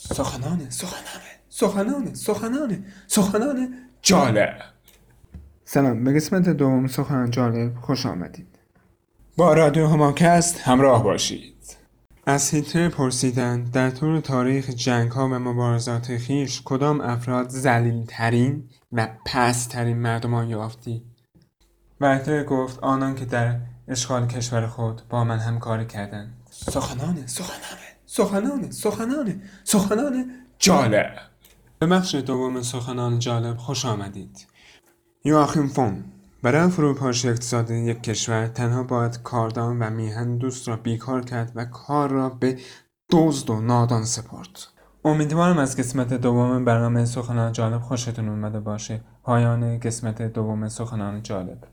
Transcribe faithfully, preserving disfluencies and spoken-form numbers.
سخنان سخنان سخنان سخنان سخنان جالب. سلام، به قسمت دوم سخنان جالب خوش آمدید. با رادیو هماکست همراه باشید. از هیتلر پرسیدند در طول تاریخ جنگ‌ها و مبارزات خویش کدام افراد ذلیل‌ترین و پست‌ترین مردمان یافتی؟ و هیتلر گفت آنان که در اشغال کشور خود با من همکاری کردند. سخنان سخنان سخنان سخنان سخنان جالب. به بخش دوم سخنان جالب خوش آمدید. یواخیم فون: برای فروپاشی اقتصادی یک کشور تنها باید کاردان و میهن دوست را بیکار کرد و کار را به دزد و نادان سپرد. امیدوارم از قسمت دوم برنامه سخنان جالب خوشتون اومده باشه. پایان قسمت دوم سخنان جالب.